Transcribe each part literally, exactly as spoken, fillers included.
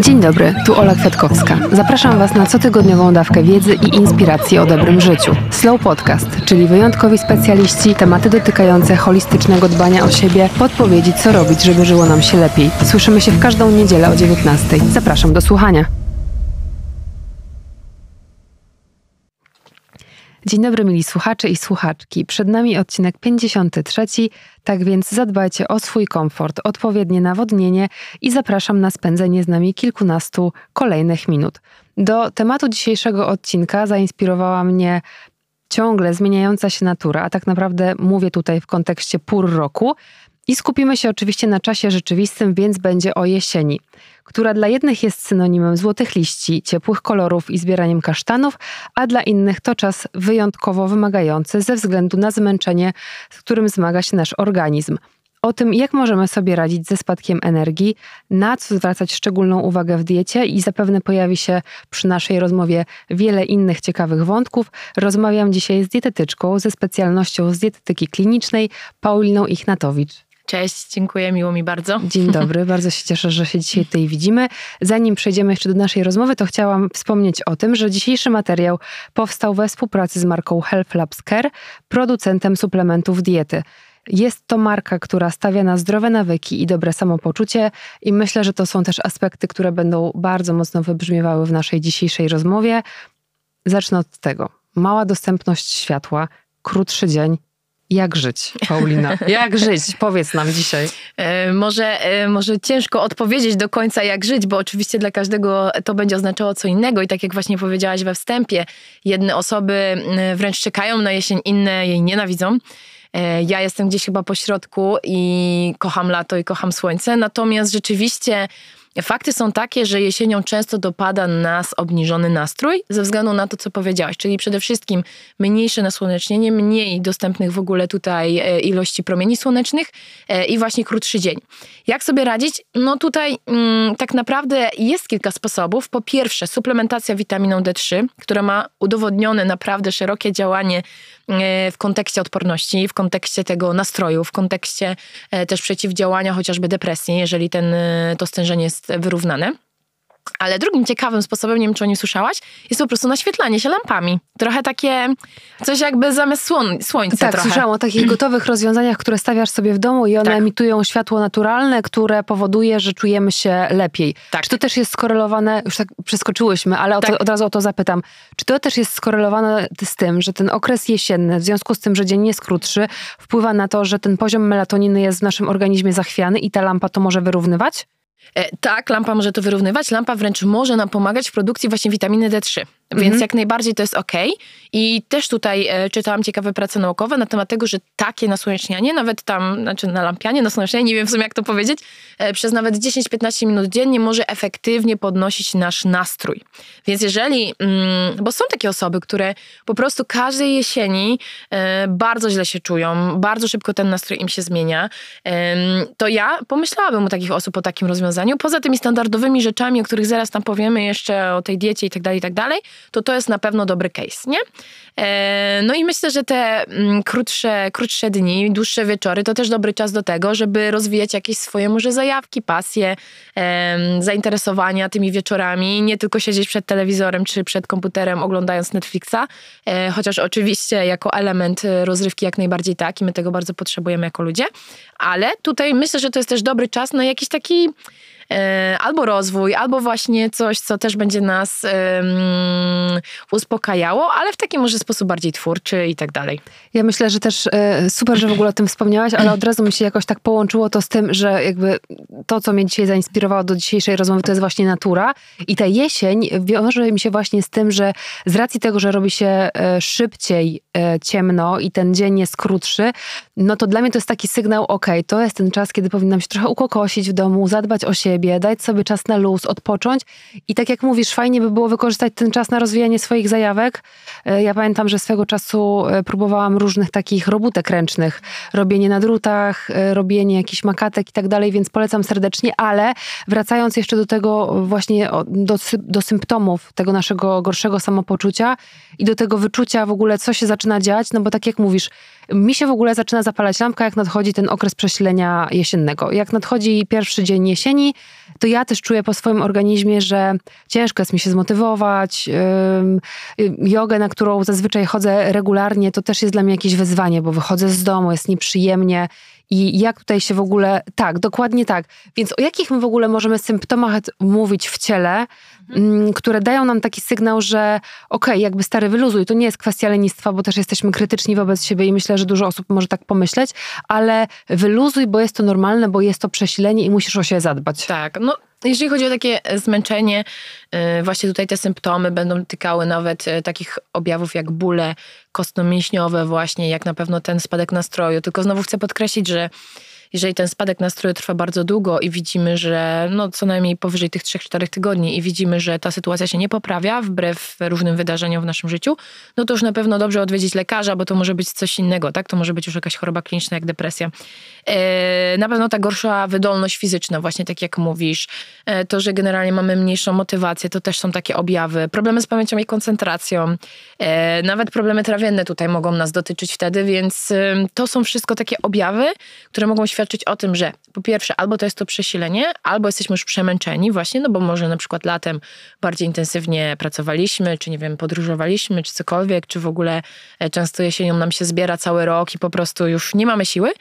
Dzień dobry, tu Ola Kwiatkowska. Zapraszam Was na cotygodniową dawkę wiedzy i inspiracji o dobrym życiu. Slow Podcast, czyli wyjątkowi specjaliści, tematy dotykające holistycznego dbania o siebie, podpowiedzi, co robić, żeby żyło nam się lepiej. Słyszymy się w każdą niedzielę o dziewiętnastej. Zapraszam do słuchania. Dzień dobry, mili słuchacze i słuchaczki. Przed nami odcinek pięćdziesiąty trzeci, tak więc zadbajcie o swój komfort, odpowiednie nawodnienie i zapraszam na spędzenie z nami kilkunastu kolejnych minut. Do tematu dzisiejszego odcinka zainspirowała mnie ciągle zmieniająca się natura, a tak naprawdę mówię tutaj w kontekście pór roku. I skupimy się oczywiście na czasie rzeczywistym, więc będzie o jesieni, która dla jednych jest synonimem złotych liści, ciepłych kolorów i zbieraniem kasztanów, a dla innych to czas wyjątkowo wymagający ze względu na zmęczenie, z którym zmaga się nasz organizm. O tym, jak możemy sobie radzić ze spadkiem energii, na co zwracać szczególną uwagę w diecie i zapewne pojawi się przy naszej rozmowie wiele innych ciekawych wątków, rozmawiam dzisiaj z dietetyczką ze specjalnością z dietetyki klinicznej, Pauliną Ichnatowicz. Cześć, dziękuję, miło mi bardzo. Dzień dobry, bardzo się cieszę, że się dzisiaj tutaj widzimy. Zanim przejdziemy jeszcze do naszej rozmowy, to chciałam wspomnieć o tym, że dzisiejszy materiał powstał we współpracy z marką Health Labs Care, producentem suplementów diety. Jest to marka, która stawia na zdrowe nawyki i dobre samopoczucie i myślę, że to są też aspekty, które będą bardzo mocno wybrzmiewały w naszej dzisiejszej rozmowie. Zacznę od tego. Mała dostępność światła, krótszy dzień. Jak żyć, Paulina? Jak żyć? Powiedz nam dzisiaj. E, może, e, może ciężko odpowiedzieć do końca, jak żyć, bo oczywiście dla każdego to będzie oznaczało co innego i tak jak właśnie powiedziałaś we wstępie, jedne osoby wręcz czekają na jesień, inne jej nienawidzą. E, ja jestem gdzieś chyba po środku i kocham lato i kocham słońce, natomiast rzeczywiście fakty są takie, że jesienią często dopada nas obniżony nastrój ze względu na to, co powiedziałaś, czyli przede wszystkim mniejsze nasłonecznienie, mniej dostępnych w ogóle tutaj ilości promieni słonecznych i właśnie krótszy dzień. Jak sobie radzić? No tutaj mm, tak naprawdę jest kilka sposobów. Po pierwsze, suplementacja witaminą D trzy, która ma udowodnione naprawdę szerokie działanie w kontekście odporności, w kontekście tego nastroju, w kontekście też przeciwdziałania chociażby depresji, jeżeli ten, to stężenie jest wyrównane. Ale drugim ciekawym sposobem, nie wiem, czy o nim słyszałaś, jest po prostu naświetlanie się lampami. Trochę takie, coś jakby zamiast słon- słońca Tak, trochę. słyszałam o takich gotowych rozwiązaniach, które stawiasz sobie w domu i one tak. emitują światło naturalne, które powoduje, że czujemy się lepiej. Tak. Czy to też jest skorelowane, już tak przeskoczyłyśmy, ale o to, tak. od razu o to zapytam, czy to też jest skorelowane z tym, że ten okres jesienny, w związku z tym, że dzień jest krótszy, wpływa na to, że ten poziom melatoniny jest w naszym organizmie zachwiany i ta lampa to może wyrównywać? E, tak, lampa może to wyrównywać. Lampa wręcz może nam pomagać w produkcji właśnie witaminy D trzy. Więc mhm. jak najbardziej to jest okej. I też tutaj e, czytałam ciekawe prace naukowe na temat tego, że takie nasłonecznianie, nawet tam, znaczy nalampianie, nasłonecznianie, nie wiem w sumie jak to powiedzieć, e, przez nawet dziesięć do piętnastu minut dziennie może efektywnie podnosić nasz nastrój. Więc jeżeli, mm, bo są takie osoby, które po prostu każdej jesieni e, bardzo źle się czują, bardzo szybko ten nastrój im się zmienia, e, to ja pomyślałabym o takich osób, o takim rozwiązaniu. Poza tymi standardowymi rzeczami, o których zaraz tam powiemy jeszcze, o tej diecie i tak dalej, i tak dalej, to to jest na pewno dobry case, nie? E, no i myślę, że te mm, krótsze, krótsze dni, dłuższe wieczory to też dobry czas do tego, żeby rozwijać jakieś swoje może zajawki, pasje, e, zainteresowania tymi wieczorami, nie tylko siedzieć przed telewizorem czy przed komputerem oglądając Netflixa, e, chociaż oczywiście jako element rozrywki jak najbardziej tak i my tego bardzo potrzebujemy jako ludzie, ale tutaj myślę, że to jest też dobry czas na jakiś taki albo rozwój, albo właśnie coś, co też będzie nas um, uspokajało, ale w taki może sposób bardziej twórczy i tak dalej. Ja myślę, że też e, super, że w ogóle o tym wspomniałaś, ale od razu mi się jakoś tak połączyło to z tym, że jakby to, co mnie dzisiaj zainspirowało do dzisiejszej rozmowy, to jest właśnie natura i ta jesień wiąże mi się właśnie z tym, że z racji tego, że robi się e, szybciej e, ciemno i ten dzień jest krótszy, no to dla mnie to jest taki sygnał, okej, okay, to jest ten czas, kiedy powinnam się trochę ukokosić w domu, zadbać o siebie, dać sobie czas na luz, odpocząć i tak jak mówisz, fajnie by było wykorzystać ten czas na rozwijanie swoich zajawek. Ja pamiętam, że swego czasu próbowałam różnych takich robótek ręcznych, robienie na drutach, robienie jakichś makatek i tak dalej, więc polecam serdecznie, ale wracając jeszcze do tego właśnie, do, do symptomów tego naszego gorszego samopoczucia i do tego wyczucia w ogóle, co się zaczyna dziać, no bo tak jak mówisz, mi się w ogóle zaczyna zapalać lampka, jak nadchodzi ten okres przesilenia jesiennego. Jak nadchodzi pierwszy dzień jesieni, to ja też czuję po swoim organizmie, że ciężko jest mi się zmotywować. Jogę, na którą zazwyczaj chodzę regularnie, to też jest dla mnie jakieś wyzwanie, bo wychodzę z domu, jest nieprzyjemnie. I jak tutaj się w ogóle... Tak, dokładnie tak. Więc o jakich my w ogóle możemy symptomach mówić w ciele, mhm. które dają nam taki sygnał, że okej, okay, jakby stary, wyluzuj. To nie jest kwestia lenistwa, bo też jesteśmy krytyczni wobec siebie i myślę, że dużo osób może tak pomyśleć, ale wyluzuj, bo jest to normalne, bo jest to przesilenie i musisz o siebie zadbać. Tak, no jeżeli chodzi o takie zmęczenie, właśnie tutaj te symptomy będą dotykały nawet takich objawów jak bóle kostno-mięśniowe właśnie, jak na pewno ten spadek nastroju. Tylko znowu chcę podkreślić, że jeżeli ten spadek nastroju trwa bardzo długo i widzimy, że no co najmniej powyżej tych trzech czterech tygodni i widzimy, że ta sytuacja się nie poprawia wbrew różnym wydarzeniom w naszym życiu, no to już na pewno dobrze odwiedzić lekarza, bo to może być coś innego, tak? To może być już jakaś choroba kliniczna jak depresja. E, na pewno ta gorsza wydolność fizyczna, właśnie tak jak mówisz, e, to, że generalnie mamy mniejszą motywację, to też są takie objawy. Problemy z pamięcią i koncentracją, e, nawet problemy trawienne tutaj mogą nas dotyczyć wtedy, więc e, to są wszystko takie objawy, które mogą świadczyć świadczyć o tym, że po pierwsze albo to jest to przesilenie, albo jesteśmy już przemęczeni właśnie, no bo może na przykład latem bardziej intensywnie pracowaliśmy, czy nie wiem, podróżowaliśmy, czy cokolwiek, czy w ogóle często jesienią nam się zbiera cały rok i po prostu już nie mamy siły.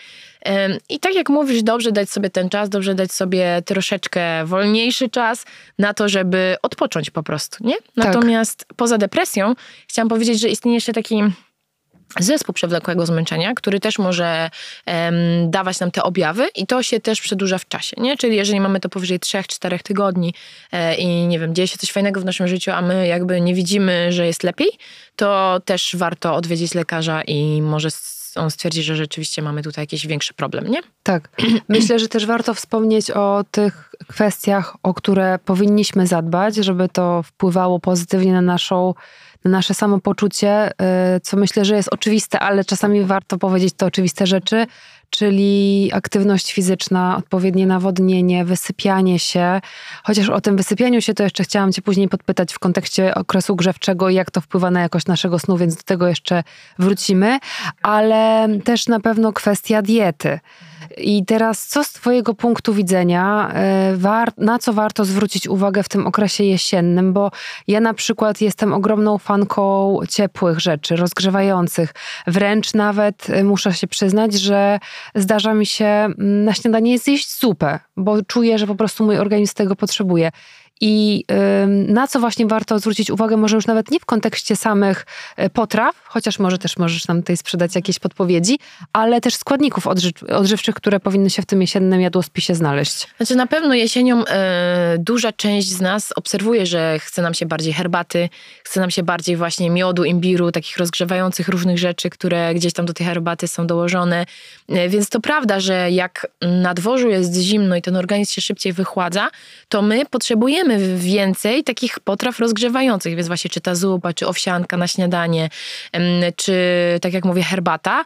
I tak jak mówisz, dobrze dać sobie ten czas, dobrze dać sobie troszeczkę wolniejszy czas na to, żeby odpocząć po prostu, nie? Natomiast tak. Poza depresją chciałam powiedzieć, że istnieje jeszcze taki zespół przewlekłego zmęczenia, który też może um, dawać nam te objawy i to się też przedłuża w czasie, nie? Czyli jeżeli mamy to powyżej trzech czterech tygodni e, i nie wiem, dzieje się coś fajnego w naszym życiu, a my jakby nie widzimy, że jest lepiej, to też warto odwiedzić lekarza i może on stwierdzi, że rzeczywiście mamy tutaj jakiś większy problem, nie? Tak. Myślę, że też warto wspomnieć o tych kwestiach, o które powinniśmy zadbać, żeby to wpływało pozytywnie na naszą na nasze samopoczucie, co myślę, że jest oczywiste, ale czasami warto powiedzieć te oczywiste rzeczy, czyli aktywność fizyczna, odpowiednie nawodnienie, wysypianie się. Chociaż o tym wysypianiu się to jeszcze chciałam cię później podpytać w kontekście okresu grzewczego i jak to wpływa na jakość naszego snu, więc do tego jeszcze wrócimy. Ale też na pewno kwestia diety. I teraz co z twojego punktu widzenia, na co warto zwrócić uwagę w tym okresie jesiennym? Bo ja na przykład jestem ogromną fanką ciepłych rzeczy, rozgrzewających. Wręcz nawet muszę się przyznać, że zdarza mi się na śniadanie zjeść zupę, bo czuję, że po prostu mój organizm tego potrzebuje. I na co właśnie warto zwrócić uwagę, może już nawet nie w kontekście samych potraw, chociaż może też możesz nam tutaj sprzedać jakieś podpowiedzi, ale też składników odży- odżywczych, które powinny się w tym jesiennym jadłospisie znaleźć. Znaczy na pewno jesienią e, duża część z nas obserwuje, że chce nam się bardziej herbaty, chce nam się bardziej właśnie miodu, imbiru, takich rozgrzewających różnych rzeczy, które gdzieś tam do tej herbaty są dołożone. E, więc to prawda, że jak na dworzu jest zimno i ten organizm się szybciej wychładza, to my potrzebujemy więcej takich potraw rozgrzewających, więc właśnie czy ta zupa, czy owsianka na śniadanie, czy tak jak mówię herbata,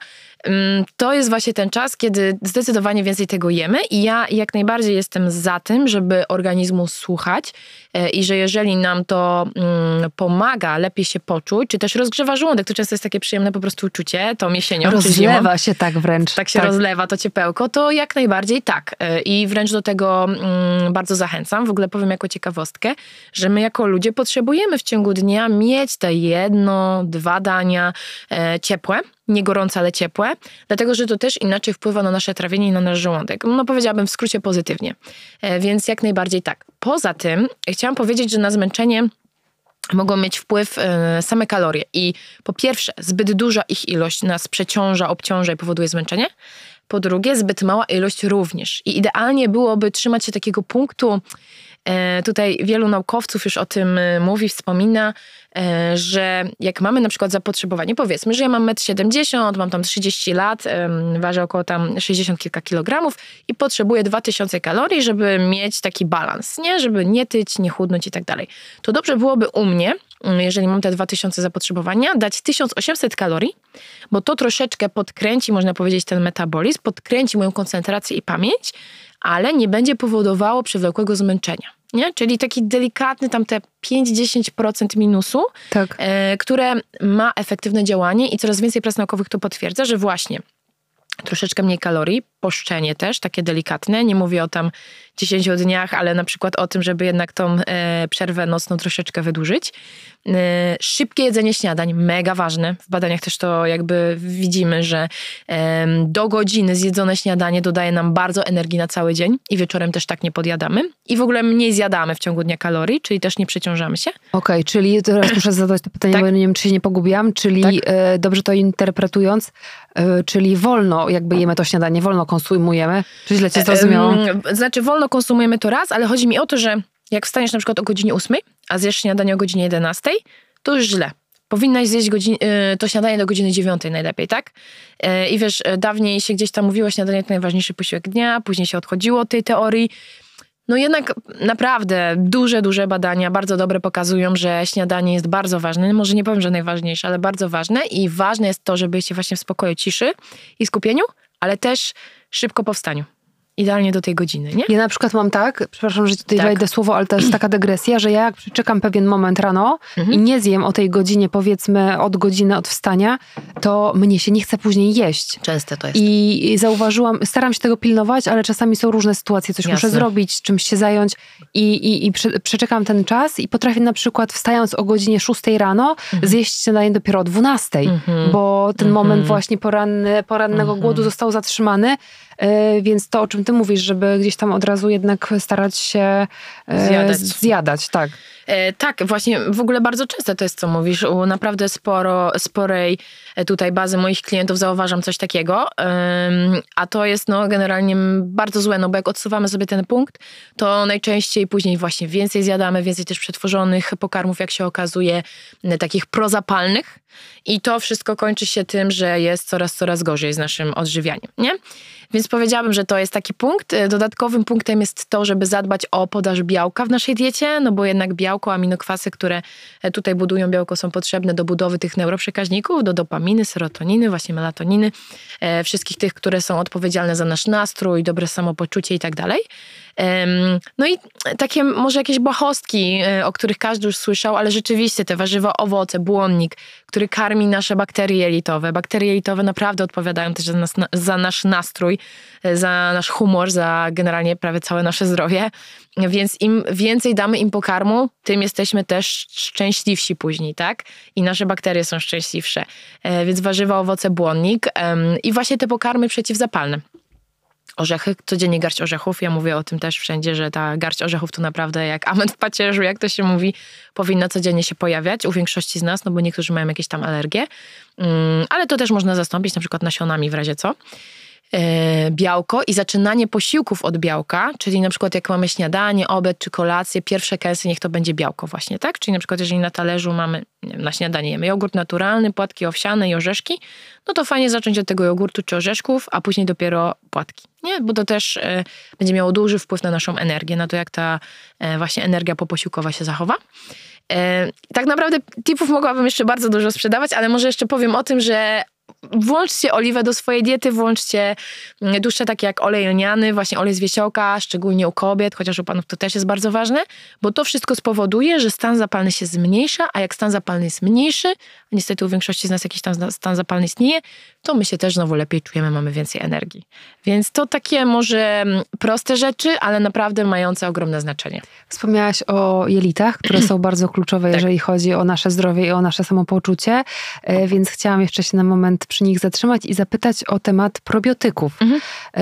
to jest właśnie ten czas, kiedy zdecydowanie więcej tego jemy i ja jak najbardziej jestem za tym, żeby organizmu słuchać i że jeżeli nam to pomaga lepiej się poczuć, czy też rozgrzewa żołądek, to często jest takie przyjemne po prostu uczucie, tą jesienią rozlewa czy zimą, się tak wręcz. Tak się tak. rozlewa to ciepełko, to jak najbardziej tak. I wręcz do tego bardzo zachęcam. W ogóle powiem jako ciekawostkę, że my jako ludzie potrzebujemy w ciągu dnia mieć te jedno, dwa dania ciepłe, nie gorące, ale ciepłe, dlatego, że to też inaczej wpływa na nasze trawienie i na nasz żołądek. No powiedziałabym w skrócie pozytywnie. Więc jak najbardziej tak. Poza tym chciałam powiedzieć, że na zmęczenie mogą mieć wpływ same kalorie i po pierwsze zbyt duża ich ilość nas przeciąża, obciąża i powoduje zmęczenie. Po drugie zbyt mała ilość również. I idealnie byłoby trzymać się takiego punktu, tutaj wielu naukowców już o tym mówi, wspomina, że jak mamy na przykład zapotrzebowanie, powiedzmy, że ja mam metr siedemdziesiąt, mam tam trzydzieści lat, ważę około tam sześćdziesiąt kilka kilogramów i potrzebuję dwa tysiące kalorii, żeby mieć taki balans, nie? Żeby nie tyć, nie chudnąć i tak dalej. To dobrze byłoby u mnie, jeżeli mam te dwa tysiące zapotrzebowania, dać tysiąc osiemset kalorii, bo to troszeczkę podkręci, można powiedzieć, ten metabolizm, podkręci moją koncentrację i pamięć, ale nie będzie powodowało przewlekłego zmęczenia. Nie? Czyli taki delikatny tam te pięć do dziesięciu procent minusu, tak. e, które ma efektywne działanie i coraz więcej prac naukowych to potwierdza, że właśnie troszeczkę mniej kalorii, poszczenie też, takie delikatne, nie mówię o tam, dziesięciu dniach, ale na przykład o tym, żeby jednak tą e, przerwę nocną troszeczkę wydłużyć. E, szybkie jedzenie śniadań, mega ważne. W badaniach też to jakby widzimy, że e, do godziny zjedzone śniadanie dodaje nam bardzo energii na cały dzień i wieczorem też tak nie podjadamy. I w ogóle mniej zjadamy w ciągu dnia kalorii, czyli też nie przeciążamy się. Okej, okay, czyli teraz muszę zadać to pytanie, tak? Bo nie wiem, czy się nie pogubiłam, czyli tak? e, dobrze to interpretując, e, czyli wolno jakby jemy to śniadanie, wolno konsumujemy, czy źle cię zrozumiałam? E, znaczy wolno konsumujemy to raz, ale chodzi mi o to, że jak wstaniesz na przykład o godzinie ósmej, a zjesz śniadanie o godzinie jedenastej, to już źle. Powinnaś zjeść godzin, to śniadanie do godziny dziewiątej najlepiej, tak? I wiesz, dawniej się gdzieś tam mówiło, śniadanie to najważniejszy posiłek dnia, później się odchodziło od tej teorii. No jednak naprawdę duże, duże badania, bardzo dobre pokazują, że śniadanie jest bardzo ważne. Może nie powiem, że najważniejsze, ale bardzo ważne i ważne jest to, żeby się właśnie w spokoju, ciszy i skupieniu, ale też szybko po wstaniu. Idealnie do tej godziny, nie? Ja na przykład mam tak, przepraszam, że tutaj tak. wejdę słowo, ale to jest taka dygresja, że ja jak przeczekam pewien moment rano mhm. i nie zjem o tej godzinie, powiedzmy od godziny od wstania, to mnie się nie chce później jeść. Częste to jest. I zauważyłam, staram się tego pilnować, ale czasami są różne sytuacje, coś Jasne. muszę zrobić, czymś się zająć i, i, i prze, przeczekam ten czas i potrafię na przykład wstając o godzinie szóstej rano mhm. zjeść śniadanie dopiero o dwunastej, mhm. bo ten mhm. moment właśnie poranny, porannego mhm. głodu został zatrzymany. Więc to, o czym ty mówisz, żeby gdzieś tam od razu jednak starać się zjadać, zjadać tak. E, tak, właśnie w ogóle bardzo często to jest, co mówisz. U naprawdę sporo, sporej tutaj bazy moich klientów zauważam coś takiego, um, a to jest no generalnie bardzo złe, no bo jak odsuwamy sobie ten punkt, to najczęściej później właśnie więcej zjadamy, więcej też przetworzonych pokarmów, jak się okazuje, takich prozapalnych i to wszystko kończy się tym, że jest coraz, coraz gorzej z naszym odżywianiem, nie? Więc powiedziałabym, że to jest taki punkt. Dodatkowym punktem jest to, żeby zadbać o podaż białka w naszej diecie, no bo jednak białko, aminokwasy, które tutaj budują białko, są potrzebne do budowy tych neuroprzekaźników, do dopaminy, serotoniny, właśnie melatoniny, e, wszystkich tych, które są odpowiedzialne za nasz nastrój, dobre samopoczucie i tak dalej. No i takie może jakieś błahostki, o których każdy już słyszał, ale rzeczywiście te warzywa, owoce, błonnik, który karmi nasze bakterie jelitowe. Bakterie jelitowe naprawdę odpowiadają też za, nas, za nasz nastrój, za nasz humor, za generalnie prawie całe nasze zdrowie. Więc im więcej damy im pokarmu, tym jesteśmy też szczęśliwsi później, tak? I nasze bakterie są szczęśliwsze. Więc warzywa, owoce, błonnik i właśnie te pokarmy przeciwzapalne. Orzechy, codziennie garść orzechów. Ja mówię o tym też wszędzie, że ta garść orzechów to naprawdę jak amen w pacierzu, jak to się mówi, powinna codziennie się pojawiać u większości z nas, no bo niektórzy mają jakieś tam alergie. Ale to też można zastąpić na przykład nasionami w razie co. Białko i zaczynanie posiłków od białka, czyli na przykład jak mamy śniadanie, obiad czy kolację, pierwsze kęsy niech to będzie białko właśnie, tak? Czyli na przykład jeżeli na talerzu mamy, nie wiem, na śniadanie jemy jogurt naturalny, płatki owsiane i orzeszki, no to fajnie zacząć od tego jogurtu czy orzeszków, a później dopiero płatki, nie? Bo to też y, będzie miało duży wpływ na naszą energię, na to jak ta y, właśnie energia poposiłkowa się zachowa. Y, tak naprawdę tipów mogłabym jeszcze bardzo dużo sprzedawać, ale może jeszcze powiem o tym, że włączcie oliwę do swojej diety, włączcie tłuszcze takie jak olej lniany, właśnie olej z wiesiołka, szczególnie u kobiet, chociaż u panów to też jest bardzo ważne, bo to wszystko spowoduje, że stan zapalny się zmniejsza, a jak stan zapalny jest mniejszy, a niestety u większości z nas jakiś tam stan zapalny istnieje, to my się też znowu lepiej czujemy, mamy więcej energii. Więc to takie może proste rzeczy, ale naprawdę mające ogromne znaczenie. Wspomniałaś o jelitach, które są bardzo kluczowe, tak. jeżeli chodzi o nasze zdrowie i o nasze samopoczucie, więc chciałam jeszcze się na moment przy nich zatrzymać i zapytać o temat probiotyków. Mhm.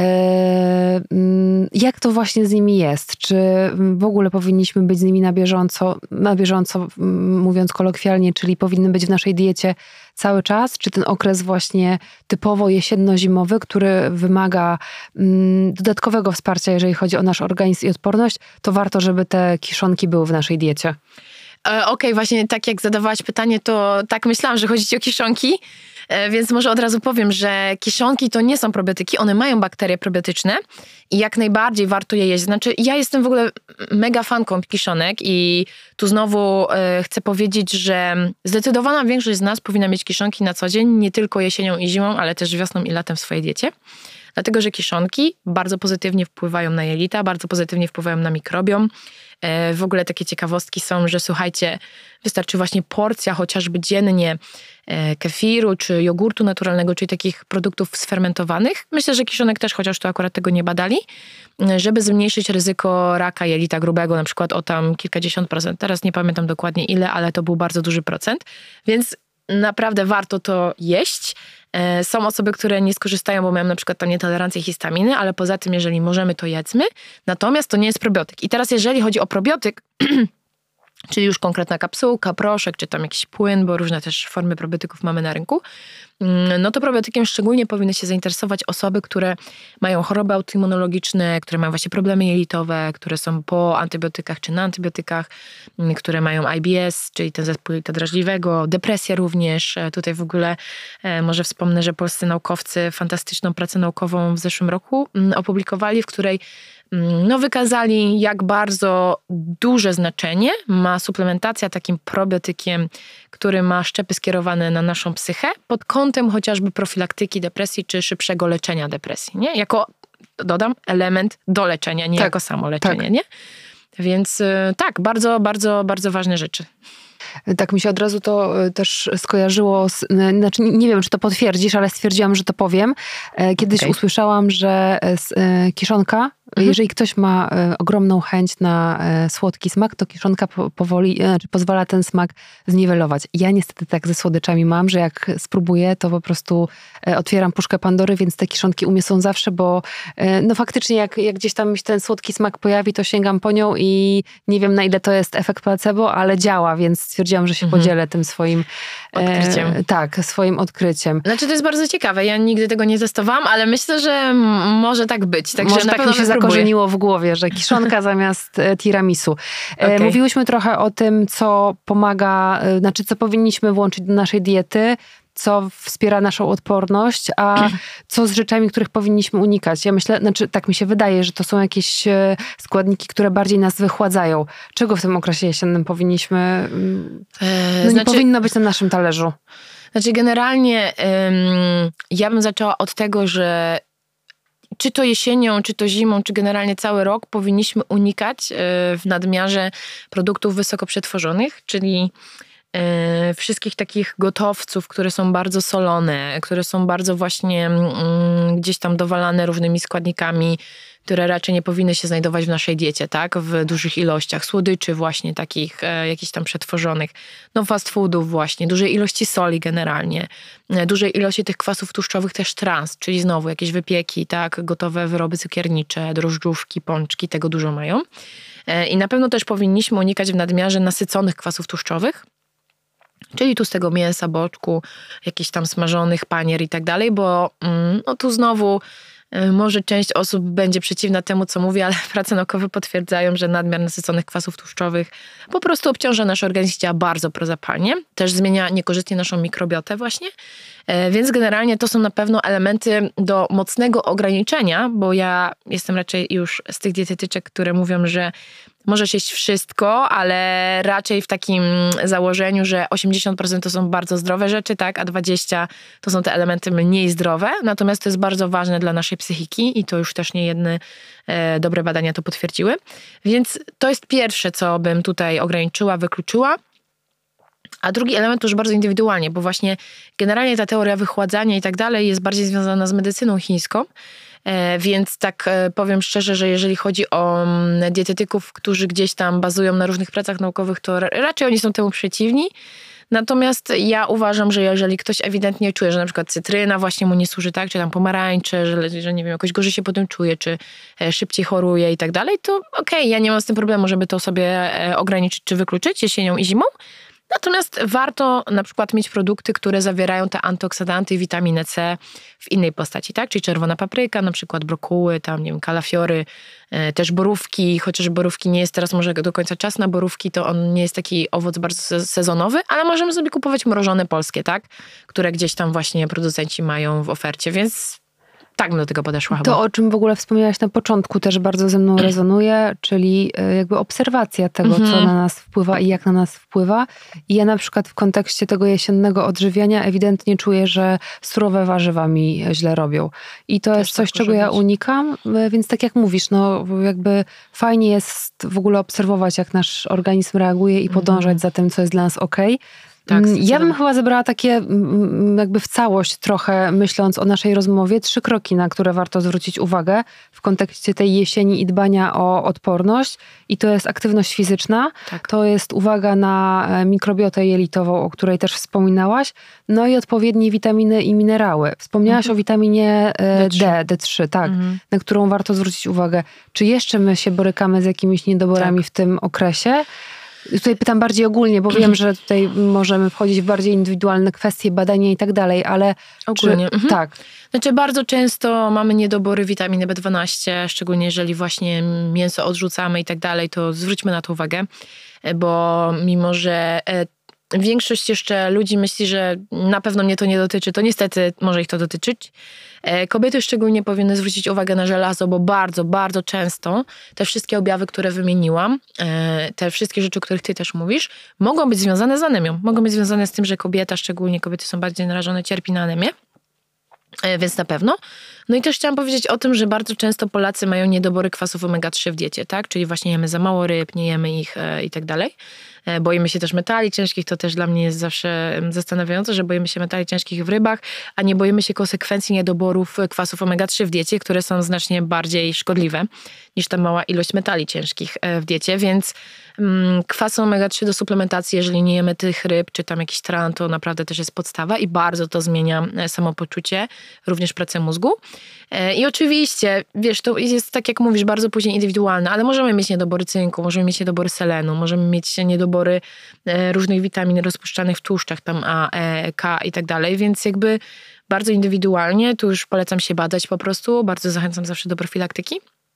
Jak to właśnie z nimi jest? Czy w ogóle powinniśmy być z nimi na bieżąco, na bieżąco mówiąc kolokwialnie, czyli powinny być w naszej diecie cały czas? Czy ten okres właśnie typowo jesienno-zimowy, który wymaga mm, dodatkowego wsparcia, jeżeli chodzi o nasz organizm i odporność, to warto, żeby te kiszonki były w naszej diecie? Okej, okay, właśnie tak jak zadawałaś pytanie, to tak myślałam, że chodzi ci o kiszonki, więc może od razu powiem, że kiszonki to nie są probiotyki, one mają bakterie probiotyczne i jak najbardziej warto je jeść. Znaczy ja jestem w ogóle mega fanką kiszonek i tu znowu e, chcę powiedzieć, że zdecydowana większość z nas powinna mieć kiszonki na co dzień, nie tylko jesienią i zimą, ale też wiosną i latem w swojej diecie. Dlatego, że kiszonki bardzo pozytywnie wpływają na jelita, bardzo pozytywnie wpływają na mikrobiom. W ogóle takie ciekawostki są, że słuchajcie, wystarczy właśnie porcja chociażby dziennie kefiru czy jogurtu naturalnego, czyli takich produktów sfermentowanych. Myślę, że kiszonek też, chociaż to akurat tego nie badali, żeby zmniejszyć ryzyko raka jelita grubego, na przykład o tam kilkadziesiąt procent. Teraz nie pamiętam dokładnie ile, ale to był bardzo duży procent. Więc naprawdę warto to jeść. Są osoby, które nie skorzystają, bo mają na przykład tam nietolerancję histaminy, ale poza tym, jeżeli możemy, to jedzmy. Natomiast to nie jest probiotyk. I teraz jeżeli chodzi o probiotyk, czyli już konkretna kapsułka, proszek, czy tam jakiś płyn, bo różne też formy probiotyków mamy na rynku, no to probiotykiem szczególnie powinny się zainteresować osoby, które mają choroby autoimmunologiczne, które mają właśnie problemy jelitowe, które są po antybiotykach czy na antybiotykach, które mają I B S, czyli ten zespół jelita drażliwego, depresję również. Tutaj w ogóle może wspomnę, że polscy naukowcy fantastyczną pracę naukową w zeszłym roku opublikowali, w której no, wykazali, jak bardzo duże znaczenie ma suplementacja takim probiotykiem, który ma szczepy skierowane na naszą psychę, pod kątem chociażby profilaktyki depresji czy szybszego leczenia depresji, nie? Jako, dodam, element do leczenia, nie tak, jako samo leczenie, tak. Nie? Więc tak, bardzo, bardzo, bardzo ważne rzeczy. Tak mi się od razu to też skojarzyło, z, znaczy nie wiem, czy to potwierdzisz, ale stwierdziłam, że to powiem. Kiedyś okay. usłyszałam, że kiszonka, mhm. jeżeli ktoś ma ogromną chęć na słodki smak, to kiszonka powoli, znaczy pozwala ten smak zniwelować. Ja niestety tak ze słodyczami mam, że jak spróbuję, to po prostu otwieram puszkę Pandory, więc te kiszonki u mnie są zawsze, bo no faktycznie jak, jak gdzieś tam mi się ten słodki smak pojawi, to sięgam po nią i nie wiem, na ile to jest efekt placebo, ale działa, więc stwierdziłam, że się mhm. podzielę tym swoim odkryciem. E, tak, swoim odkryciem. Znaczy to jest bardzo ciekawe. Ja nigdy tego nie testowałam, ale myślę, że m- może tak być. Także może na tak mi się zakorzeniło w głowie, że kiszonka zamiast tiramisu. E, okay. Mówiłyśmy trochę o tym, co pomaga, e, znaczy co powinniśmy włączyć do naszej diety, co wspiera naszą odporność, a co z rzeczami, których powinniśmy unikać. Ja myślę, znaczy tak mi się wydaje, że to są jakieś składniki, które bardziej nas wychładzają. Czego w tym okresie jesiennym powinniśmy, no nie znaczy, powinno być na naszym talerzu? Znaczy generalnie ym, ja bym zaczęła od tego, że czy to jesienią, czy to zimą, czy generalnie cały rok powinniśmy unikać y, w nadmiarze produktów wysoko przetworzonych, czyli Yy, wszystkich takich gotowców, które są bardzo solone, które są bardzo właśnie yy, gdzieś tam dowalane różnymi składnikami, które raczej nie powinny się znajdować w naszej diecie, tak? W dużych ilościach. Słodyczy właśnie takich e, jakichś tam przetworzonych. No fast foodów właśnie. Dużej ilości soli generalnie. E, dużej ilości tych kwasów tłuszczowych też trans, czyli znowu jakieś wypieki, tak? Gotowe wyroby cukiernicze, drożdżówki, pączki, tego dużo mają. E, I na pewno też powinniśmy unikać w nadmiarze nasyconych kwasów tłuszczowych, czyli tłustego mięsa, boczku, jakichś tam smażonych panier i tak dalej, bo no tu znowu może część osób będzie przeciwna temu, co mówię, ale prace naukowe potwierdzają, że nadmiar nasyconych kwasów tłuszczowych po prostu obciąża nasz organizm, działa bardzo prozapalnie. Też zmienia niekorzystnie naszą mikrobiotę właśnie. Więc generalnie to są na pewno elementy do mocnego ograniczenia, bo ja jestem raczej już z tych dietetyczek, które mówią, że możesz jeść wszystko, ale raczej w takim założeniu, że osiemdziesiąt procent to są bardzo zdrowe rzeczy, tak, a dwadzieścia procent to są te elementy mniej zdrowe. Natomiast to jest bardzo ważne dla naszej psychiki i to już też nie jedne e, dobre badania to potwierdziły. Więc to jest pierwsze, co bym tutaj ograniczyła, wykluczyła. A drugi element to już bardzo indywidualnie, bo właśnie generalnie ta teoria wychładzania i tak dalej jest bardziej związana z medycyną chińską. Więc tak powiem szczerze, że jeżeli chodzi o dietetyków, którzy gdzieś tam bazują na różnych pracach naukowych, to raczej oni są temu przeciwni. Natomiast ja uważam, że jeżeli ktoś ewidentnie czuje, że na przykład cytryna właśnie mu nie służy, tak, czy tam pomarańcze, że, że nie wiem, jakoś gorzej się potem czuje, czy szybciej choruje i tak dalej, to okej, okay, ja nie mam z tym problemu, żeby to sobie ograniczyć czy wykluczyć jesienią i zimą. Natomiast warto na przykład mieć produkty, które zawierają te antyoksydanty i witaminę C w innej postaci, tak? Czyli czerwona papryka, na przykład brokuły, tam nie wiem, kalafiory, e, też borówki, chociaż borówki nie jest teraz może do końca czas na borówki, to on nie jest taki owoc bardzo sezonowy, ale możemy sobie kupować mrożone polskie, tak? Które gdzieś tam właśnie producenci mają w ofercie, więc Tak bym do tego podeszła chyba. To, o czym w ogóle wspomniałaś na początku, też bardzo ze mną rezonuje, czyli jakby obserwacja tego, mhm. co na nas wpływa i jak na nas wpływa. I ja na przykład w kontekście tego jesiennego odżywiania ewidentnie czuję, że surowe warzywa mi źle robią. I to też jest coś, czego ja unikam, więc tak jak mówisz, no jakby fajnie jest w ogóle obserwować, jak nasz organizm reaguje i podążać mhm. za tym, co jest dla nas okej. Tak, ja bym chyba zebrała takie jakby w całość trochę, myśląc o naszej rozmowie, trzy kroki, na które warto zwrócić uwagę w kontekście tej jesieni i dbania o odporność. I to jest aktywność fizyczna, tak. to jest uwaga na mikrobiotę jelitową, o której też wspominałaś, no i odpowiednie witaminy i minerały. Wspomniałaś mhm. o witaminie D trzy, D, D trzy tak, mhm. na którą warto zwrócić uwagę. Czy jeszcze my się borykamy z jakimiś niedoborami tak. w tym okresie? Tutaj pytam bardziej ogólnie, bo wiem, że tutaj możemy wchodzić w bardziej indywidualne kwestie, badania i tak dalej, ale... Ogólnie. Czy, mhm. Tak. Znaczy bardzo często mamy niedobory witaminy B dwanaście, szczególnie jeżeli właśnie mięso odrzucamy i tak dalej, to zwróćmy na to uwagę, bo mimo, że większość jeszcze ludzi myśli, że na pewno mnie to nie dotyczy, to niestety może ich to dotyczyć. Kobiety szczególnie powinny zwrócić uwagę na żelazo, bo bardzo, bardzo często te wszystkie objawy, które wymieniłam, te wszystkie rzeczy, o których ty też mówisz, mogą być związane z anemią. Mogą być związane z tym, że kobieta, szczególnie kobiety są bardziej narażone, cierpi na anemię. Więc na pewno. No i też chciałam powiedzieć o tym, że bardzo często Polacy mają niedobory kwasów omega trzy w diecie, tak? Czyli właśnie jemy za mało ryb, nie jemy ich e, i tak dalej. E, boimy się też metali ciężkich, to też dla mnie jest zawsze zastanawiające, że boimy się metali ciężkich w rybach, a nie boimy się konsekwencji niedoborów kwasów omega trzy w diecie, które są znacznie bardziej szkodliwe niż ta mała ilość metali ciężkich w diecie, więc mm, kwasy omega trzy do suplementacji, jeżeli nie jemy tych ryb, czy tam jakiś tran, to naprawdę też jest podstawa i bardzo to zmienia samopoczucie, również pracę mózgu. I oczywiście, wiesz, to jest tak jak mówisz, bardzo później indywidualne, ale możemy mieć niedobory cynku, możemy mieć niedobory selenu, możemy mieć niedobory różnych witamin rozpuszczanych w tłuszczach, tam A, E, K i tak dalej, więc jakby bardzo indywidualnie, tu już polecam się badać po prostu, bardzo zachęcam zawsze do profilaktyki.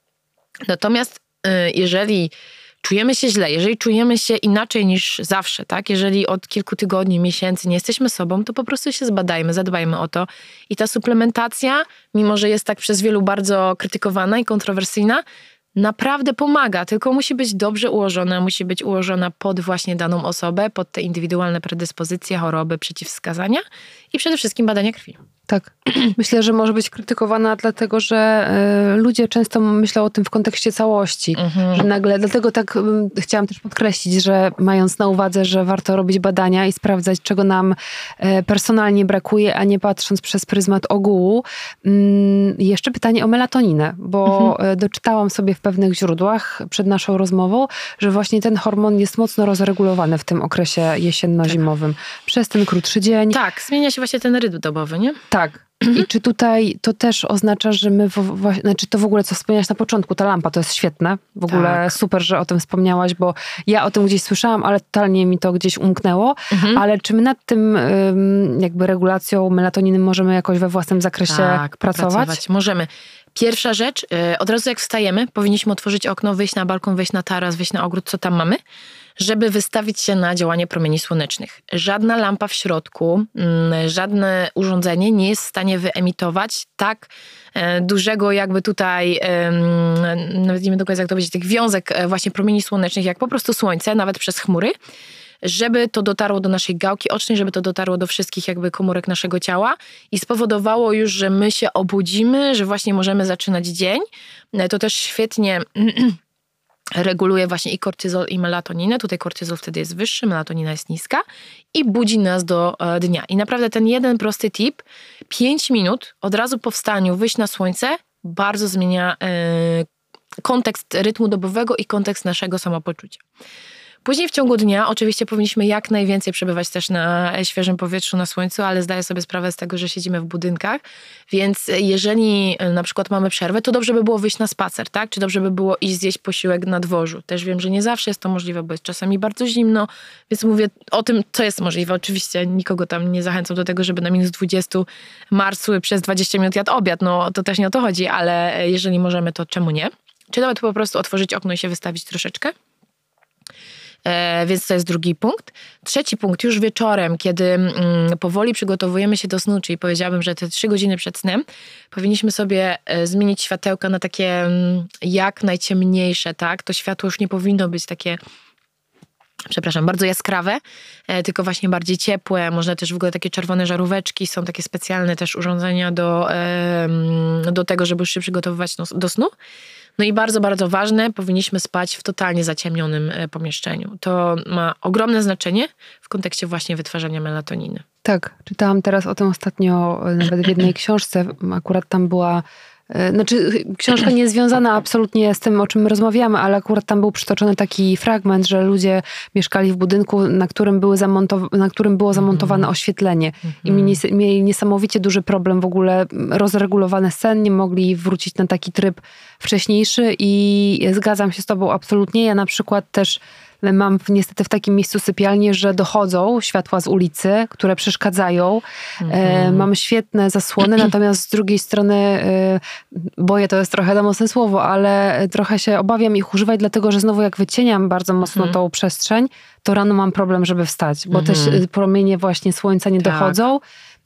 Natomiast jeżeli czujemy się źle, jeżeli czujemy się inaczej niż zawsze, tak? Jeżeli od kilku tygodni, miesięcy nie jesteśmy sobą, to po prostu się zbadajmy, zadbajmy o to. I ta suplementacja, mimo że jest tak przez wielu bardzo krytykowana i kontrowersyjna, naprawdę pomaga, tylko musi być dobrze ułożona, musi być ułożona pod właśnie daną osobę, pod te indywidualne predyspozycje, choroby, przeciwwskazania i przede wszystkim badania krwi. Tak. Myślę, że może być krytykowana dlatego, że y, ludzie często myślą o tym w kontekście całości. Mhm. Że nagle, dlatego tak y, chciałam też podkreślić, że mając na uwadze, że warto robić badania i sprawdzać, czego nam y, personalnie brakuje, a nie patrząc przez pryzmat ogółu. Y, jeszcze pytanie o melatoninę, bo mhm. y, doczytałam sobie w pewnych źródłach przed naszą rozmową, że właśnie ten hormon jest mocno rozregulowany w tym okresie jesienno-zimowym. Tak. Przez ten krótszy dzień. Tak, zmienia się właśnie ten rytm dobowy, nie? Tak. Mhm. I czy tutaj to też oznacza, że my, w, w, znaczy to w ogóle, co wspomniałaś na początku, ta lampa, to jest świetne. W ogóle tak. Super, że o tym wspomniałaś, bo ja o tym gdzieś słyszałam, ale totalnie mi to gdzieś umknęło. Mhm. Ale czy my nad tym jakby regulacją melatoniny możemy jakoś we własnym zakresie tak, pracować? pracować? Możemy. Pierwsza rzecz, od razu jak wstajemy, powinniśmy otworzyć okno, wyjść na balkon, wyjść na taras, wyjść na ogród, co tam mamy, żeby wystawić się na działanie promieni słonecznych. Żadna lampa w środku, żadne urządzenie nie jest w stanie wyemitować tak dużego jakby tutaj, nawet nie wiem do końca jak to będzie, tych wiązek właśnie promieni słonecznych, jak po prostu słońce, nawet przez chmury, żeby to dotarło do naszej gałki ocznej, żeby to dotarło do wszystkich jakby komórek naszego ciała i spowodowało już, że my się obudzimy, że właśnie możemy zaczynać dzień. To też świetnie reguluje właśnie i kortyzol, i melatoninę. Tutaj kortyzol wtedy jest wyższy, melatonina jest niska i budzi nas do dnia. I naprawdę ten jeden prosty tip, pięć minut od razu po wstaniu wyjść na słońce, bardzo zmienia yy, kontekst rytmu dobowego i kontekst naszego samopoczucia. Później w ciągu dnia oczywiście powinniśmy jak najwięcej przebywać też na świeżym powietrzu, na słońcu, ale zdaję sobie sprawę z tego, że siedzimy w budynkach, więc jeżeli na przykład mamy przerwę, to dobrze by było wyjść na spacer, tak? Czy dobrze by było iść zjeść posiłek na dworzu. Też wiem, że nie zawsze jest to możliwe, bo jest czasami bardzo zimno, więc mówię o tym, co jest możliwe. Oczywiście nikogo tam nie zachęcam do tego, żeby na minus dwudziestu marsły przez dwadzieścia minut jadł obiad, no to też nie o to chodzi, ale jeżeli możemy, to czemu nie? Czy nawet po prostu otworzyć okno i się wystawić troszeczkę? e, więc to jest drugi punkt. Trzeci punkt, już wieczorem, kiedy mm, powoli przygotowujemy się do snu, czyli powiedziałabym, że te trzy godziny przed snem, powinniśmy sobie e, zmienić światełka na takie mm, jak najciemniejsze, tak? To światło już nie powinno być takie przepraszam, bardzo jaskrawe, e, tylko właśnie bardziej ciepłe. Można też w ogóle takie czerwone żaróweczki, są takie specjalne też urządzenia do, e, do tego, żeby już się przygotowywać do, do snu. No i bardzo, bardzo ważne, powinniśmy spać w totalnie zaciemnionym e, pomieszczeniu. To ma ogromne znaczenie w kontekście właśnie wytwarzania melatoniny. Tak, czytałam teraz o tym ostatnio nawet w jednej książce, akurat tam była Znaczy, książka nie jest związana absolutnie z tym, o czym my rozmawiamy, ale akurat tam był przytoczony taki fragment, że ludzie mieszkali w budynku, na którym, były zamontow- na którym było zamontowane oświetlenie. Mm-hmm. I mieli, mieli niesamowicie duży problem w ogóle, rozregulowany sen, nie mogli wrócić na taki tryb wcześniejszy i zgadzam się z tobą absolutnie. Ja na przykład też mam niestety w takim miejscu sypialnię, że dochodzą światła z ulicy, które przeszkadzają. Mm-hmm. E, mam świetne zasłony, natomiast z drugiej strony e, boję, to jest trochę za mocne słowo, ale trochę się obawiam ich używać, dlatego że znowu jak wycieniam bardzo mocno mm-hmm. tą przestrzeń, to rano mam problem, żeby wstać, bo mm-hmm. też promienie właśnie słońca nie tak. dochodzą.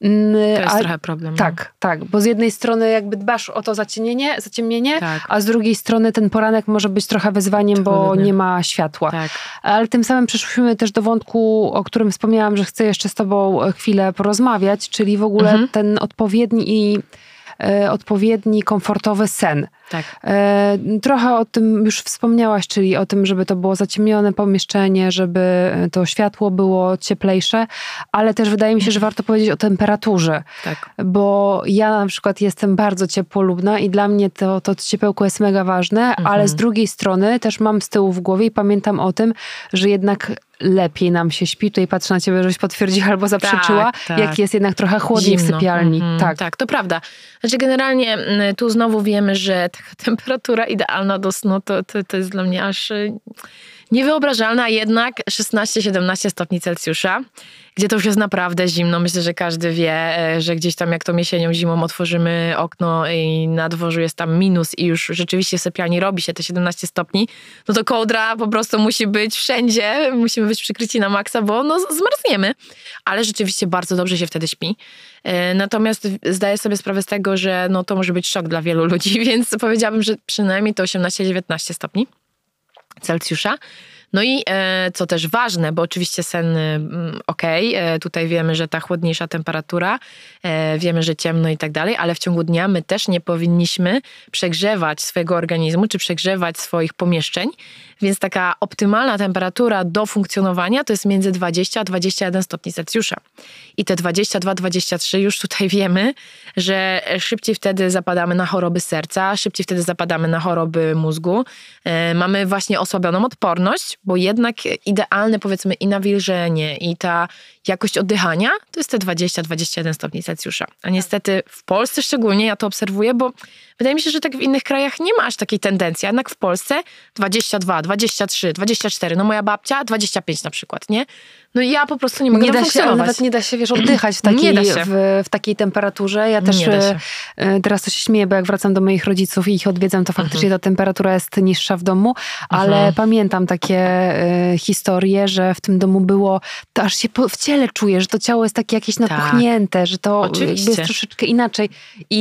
To jest a, trochę problem. Tak, no. tak, bo z jednej strony jakby dbasz o to zaciemnienie, zaciemnienie tak. a z drugiej strony ten poranek może być trochę wyzwaniem, Trudny. bo nie ma światła. Tak. Ale tym samym przeszliśmy też do wątku, o którym wspomniałam, że chcę jeszcze z tobą chwilę porozmawiać, czyli w ogóle mhm. ten odpowiedni i e, odpowiedni, komfortowy sen. Tak. E, trochę o tym już wspomniałaś, czyli o tym, żeby to było zaciemnione pomieszczenie, żeby to światło było cieplejsze, ale też wydaje mi się, że warto powiedzieć o temperaturze. Tak. Bo ja na przykład jestem bardzo ciepłolubna i dla mnie to, to ciepełko jest mega ważne, mhm. ale z drugiej strony też mam z tyłu w głowie i pamiętam o tym, że jednak lepiej nam się śpi. Tutaj patrzę na ciebie, żebyś potwierdziła albo zaprzeczyła, tak, tak. jak jest jednak trochę chłodniej Zimno. w sypialni. Mhm. Tak. tak, to prawda. Znaczy generalnie tu znowu wiemy, że temperatura idealna do snu to, to, to jest dla mnie aż niewyobrażalna, a jednak szesnaście siedemnaście stopni Celsjusza, gdzie to już jest naprawdę zimno. Myślę, że każdy wie, że gdzieś tam jak to jesienią, zimą otworzymy okno i na dworzu jest tam minus i już rzeczywiście w sypialni robi się te siedemnaście stopni, no to kołdra po prostu musi być wszędzie, musimy być przykryci na maksa, bo no zmarzniemy. Ale rzeczywiście bardzo dobrze się wtedy śpi. Natomiast zdaję sobie sprawę z tego, że no to może być szok dla wielu ludzi, więc powiedziałabym, że przynajmniej to osiemnaście dziewiętnaście stopni Celsjusza. No i e, co też ważne, bo oczywiście sen okej, okay, tutaj wiemy, że ta chłodniejsza temperatura, e, wiemy, że ciemno i tak dalej, ale w ciągu dnia my też nie powinniśmy przegrzewać swojego organizmu, czy przegrzewać swoich pomieszczeń, więc taka optymalna temperatura do funkcjonowania to jest między dwadzieścia a dwadzieścia jeden stopni Celsjusza. I te dwadzieścia dwa dwadzieścia trzy już tutaj wiemy, że szybciej wtedy zapadamy na choroby serca, szybciej wtedy zapadamy na choroby mózgu. E, mamy właśnie osłabioną odporność, bo jednak idealne powiedzmy i nawilżenie i ta jakość oddychania to jest te dwadzieścia dwadzieścia jeden stopni Celsjusza. A niestety w Polsce szczególnie ja to obserwuję, bo wydaje mi się, że tak w innych krajach nie ma aż takiej tendencji. A jednak w Polsce dwadzieścia dwa, dwadzieścia trzy, dwadzieścia cztery. No moja babcia dwadzieścia pięć na przykład, nie? No i ja po prostu nie mogę nie da funkcjonować. Się, ale nawet nie da się, wiesz, oddychać w takiej, w, w takiej temperaturze. Ja też teraz to się śmieję, bo jak wracam do moich rodziców i ich odwiedzam, to faktycznie mhm. ta temperatura jest niższa w domu, ale mhm. pamiętam takie y, historie, że w tym domu było, to aż się po, w ciele czuję, że to ciało jest takie jakieś napuchnięte, tak. że to jakby jest troszeczkę inaczej.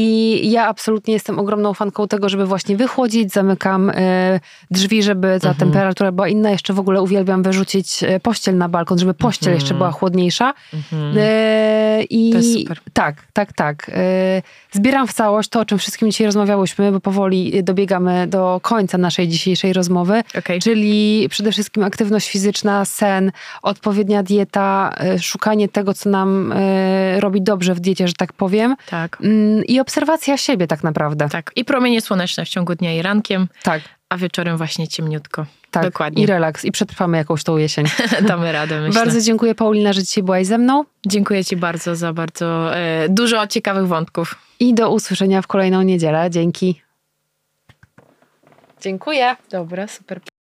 I ja absolutnie jestem ogromną fanką tego, żeby właśnie wychłodzić, zamykam y, drzwi, żeby ta mhm. temperatura była inna. Jeszcze w ogóle uwielbiam wyrzucić pościel na balkon, żeby pościel mm. jeszcze była chłodniejsza. Mm-hmm. E, i to jest super. Tak, tak, tak. E, zbieram w całość to, o czym wszystkim dzisiaj rozmawiałyśmy, bo powoli dobiegamy do końca naszej dzisiejszej rozmowy, okay. czyli przede wszystkim aktywność fizyczna, sen, odpowiednia dieta, e, szukanie tego, co nam e, robi dobrze w diecie, że tak powiem. Tak. Mm, I obserwacja siebie tak naprawdę. Tak. I promienie słoneczne w ciągu dnia i rankiem. Tak. A wieczorem właśnie ciemniutko. Tak, dokładnie. I relaks. I przetrwamy jakąś tą jesień. Damy radę, myślę. Bardzo dziękuję, Paulina, że dzisiaj byłaś ze mną. Dziękuję ci bardzo za bardzo e, dużo ciekawych wątków. I do usłyszenia w kolejną niedzielę. Dzięki. Dziękuję. Dobra, super.